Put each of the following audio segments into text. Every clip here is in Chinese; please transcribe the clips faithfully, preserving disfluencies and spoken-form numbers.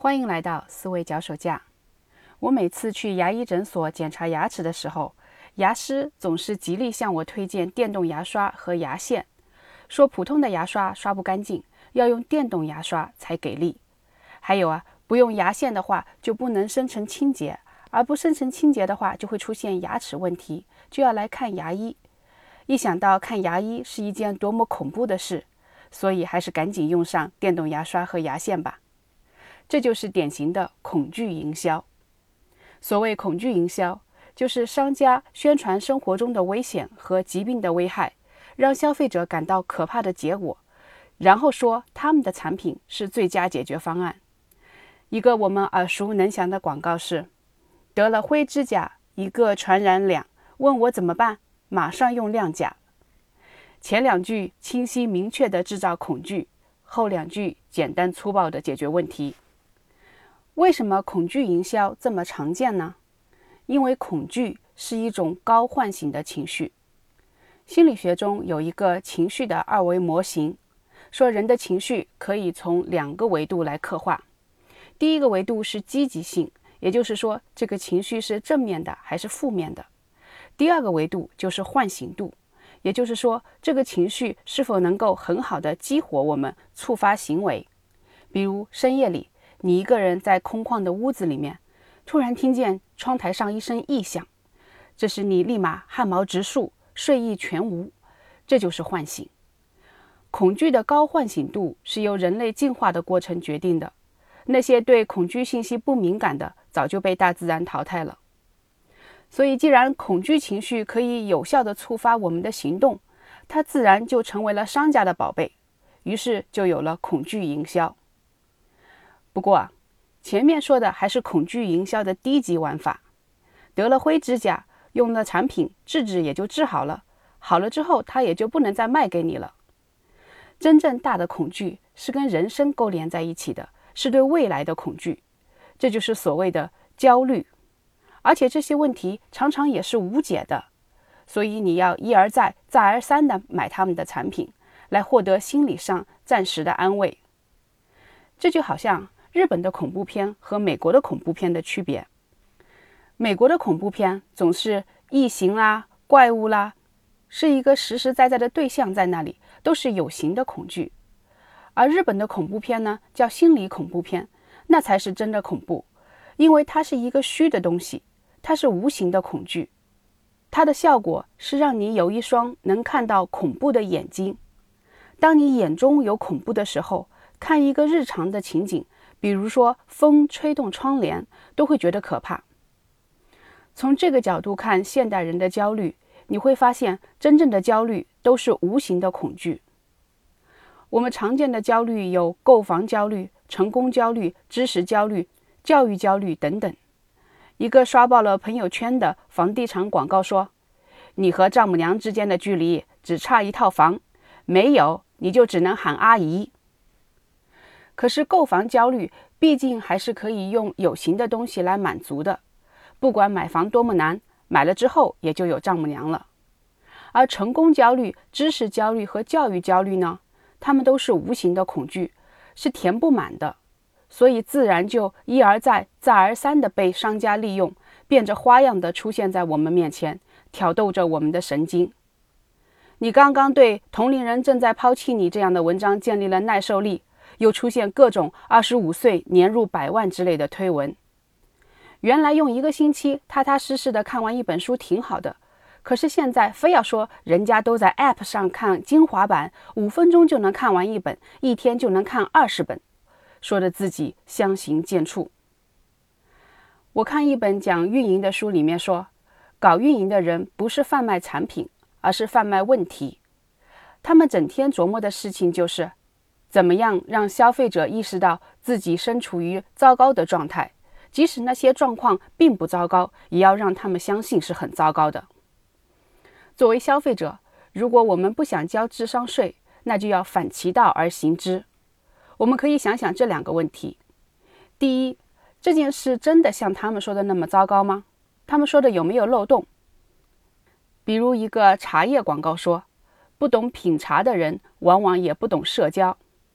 欢迎来到思维脚手架。我每次去牙医诊所检查牙齿的时候，牙师总是极力向我推荐电动牙刷和牙线，说普通的牙刷刷不干净，要用电动牙刷才给力。还有啊，不用牙线的话就不能生成清洁，而不生成清洁的话就会出现牙齿问题，就要来看牙医。一想到看牙医是一件多么恐怖的事，所以还是赶紧用上电动牙刷和牙线吧。这就是典型的恐惧营销。所谓恐惧营销，就是商家宣传生活中的危险和疾病的危害，让消费者感到可怕的结果，然后说他们的产品是最佳解决方案。一个我们耳熟能详的广告是：得了灰指甲，一个传染两，问我怎么办？马上用亮甲。前两句清晰明确地制造恐惧，后两句简单粗暴地解决问题。为什么恐惧营销这么常见呢？因为恐惧是一种高唤醒的情绪。心理学中有一个情绪的二维模型，说人的情绪可以从两个维度来刻画。第一个维度是积极性，也就是说这个情绪是正面的还是负面的。第二个维度就是唤醒度，也就是说这个情绪是否能够很好的激活我们，触发行为。比如深夜里你一个人在空旷的屋子里面，突然听见窗台上一声异响，这时你立马汗毛直竖，睡意全无，这就是唤醒。恐惧的高唤醒度是由人类进化的过程决定的，那些对恐惧信息不敏感的早就被大自然淘汰了。所以既然恐惧情绪可以有效地触发我们的行动，它自然就成为了商家的宝贝，于是就有了恐惧营销。不过啊，前面说的还是恐惧营销的低级玩法。得了灰指甲，用了产品治治也就治好了，好了之后它也就不能再卖给你了。真正大的恐惧是跟人生勾连在一起的，是对未来的恐惧，这就是所谓的焦虑。而且这些问题常常也是无解的，所以你要一而再再而三地买他们的产品，来获得心理上暂时的安慰。这就好像日本的恐怖片和美国的恐怖片的区别。美国的恐怖片总是异形啦、怪物啦，是一个实实在在的对象在那里，都是有形的恐惧。而日本的恐怖片呢，叫心理恐怖片，那才是真的恐怖，因为它是一个虚的东西，它是无形的恐惧。它的效果是让你有一双能看到恐怖的眼睛。当你眼中有恐怖的时候，看一个日常的情景，比如说风吹动窗帘，都会觉得可怕。从这个角度看现代人的焦虑，你会发现真正的焦虑都是无形的恐惧。我们常见的焦虑有购房焦虑、成功焦虑、知识焦虑、教育焦虑等等。一个刷爆了朋友圈的房地产广告说，你和丈母娘之间的距离只差一套房，没有你就只能喊阿姨。可是购房焦虑毕竟还是可以用有形的东西来满足的，不管买房多么难，买了之后也就有丈母娘了。而成功焦虑、知识焦虑和教育焦虑呢，它们都是无形的恐惧，是填不满的，所以自然就一而再再而三地被商家利用，变着花样地出现在我们面前，挑逗着我们的神经。你刚刚对同龄人正在抛弃你这样的文章建立了耐受力，又出现各种二十五岁年入百万之类的推文。原来用一个星期踏踏实实的看完一本书挺好的，可是现在非要说人家都在 App 上看精华版，五分钟就能看完一本，一天就能看二十本，说的自己相形见绌。我看一本讲运营的书里面说，搞运营的人不是贩卖产品，而是贩卖问题。他们整天琢磨的事情就是怎么样让消费者意识到自己身处于糟糕的状态，即使那些状况并不糟糕，也要让他们相信是很糟糕的。作为消费者，如果我们不想交智商税，那就要反其道而行之。我们可以想想这两个问题。第一，这件事真的像他们说的那么糟糕吗？他们说的有没有漏洞？比如一个茶叶广告说，不懂品茶的人往往也不懂社交。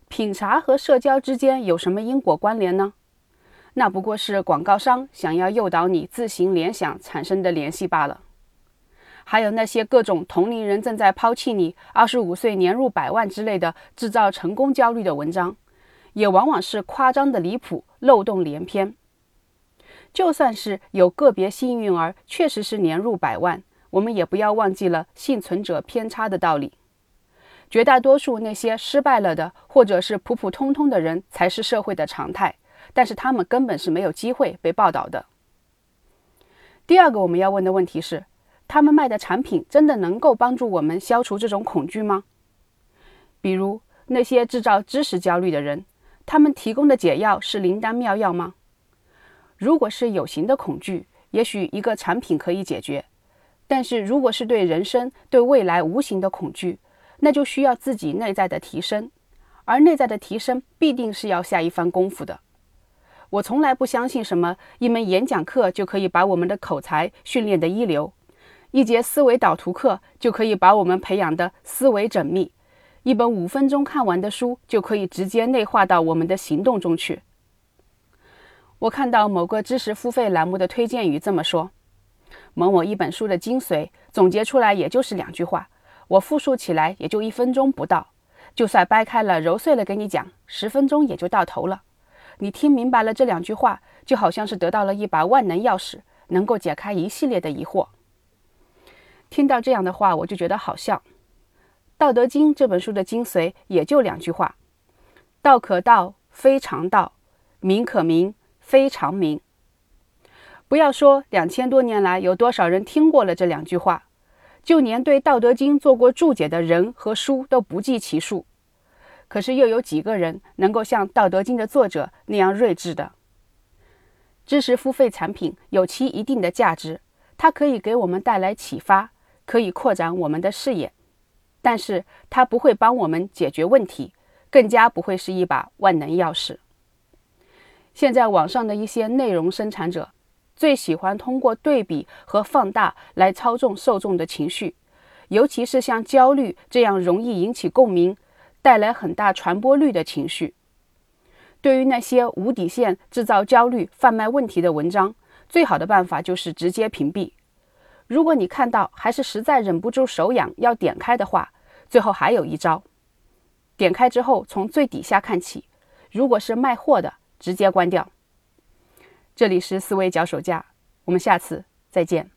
品茶和社交之间有什么因果关联呢？那不过是广告商想要诱导你自行联想产生的联系罢了。还有那些各种同龄人正在抛弃你，二十五岁年入百万之类的制造成功焦虑的文章，也往往是夸张的离谱，漏洞连篇。就算是有个别幸运儿确实是年入百万，我们也不要忘记了幸存者偏差的道理。绝大多数那些失败了的，或者是普普通通的人才是社会的常态，但是他们根本是没有机会被报道的。第二个我们要问的问题是，他们卖的产品真的能够帮助我们消除这种恐惧吗？比如那些制造知识焦虑的人，他们提供的解药是灵丹妙药吗？如果是有形的恐惧，也许一个产品可以解决，但是如果是对人生、对未来无形的恐惧，那就需要自己内在的提升，而内在的提升必定是要下一番功夫的。我从来不相信什么一门演讲课就可以把我们的口才训练得一流，一节思维导图课就可以把我们培养的思维缜密，一本五分钟看完的书就可以直接内化到我们的行动中去。我看到某个知识付费栏目的推荐语这么说：某某一本书的精髓总结出来也就是两句话，我复述起来也就一分钟不到，就算掰开了揉碎了给你讲，十分钟也就到头了。你听明白了这两句话，就好像是得到了一把万能钥匙，能够解开一系列的疑惑。听到这样的话，我就觉得好笑。《道德经》这本书的精髓也就两句话：道可道，非常道；名可名，非常名。不要说两千多年来有多少人听过了这两句话，就连对《道德经》做过注解的人和书都不计其数。可是又有几个人能够像《道德经》的作者那样睿智的？知识付费产品有其一定的价值，它可以给我们带来启发，可以扩展我们的视野，但是它不会帮我们解决问题，更加不会是一把万能钥匙。现在网上的一些内容生产者最喜欢通过对比和放大来操纵受众的情绪，尤其是像焦虑这样容易引起共鸣，带来很大传播率的情绪。对于那些无底线制造焦虑、贩卖问题的文章，最好的办法就是直接屏蔽。如果你看到还是实在忍不住手痒要点开的话，最后还有一招：点开之后从最底下看起，如果是卖货的，直接关掉。这里是思维脚手架，我们下次再见。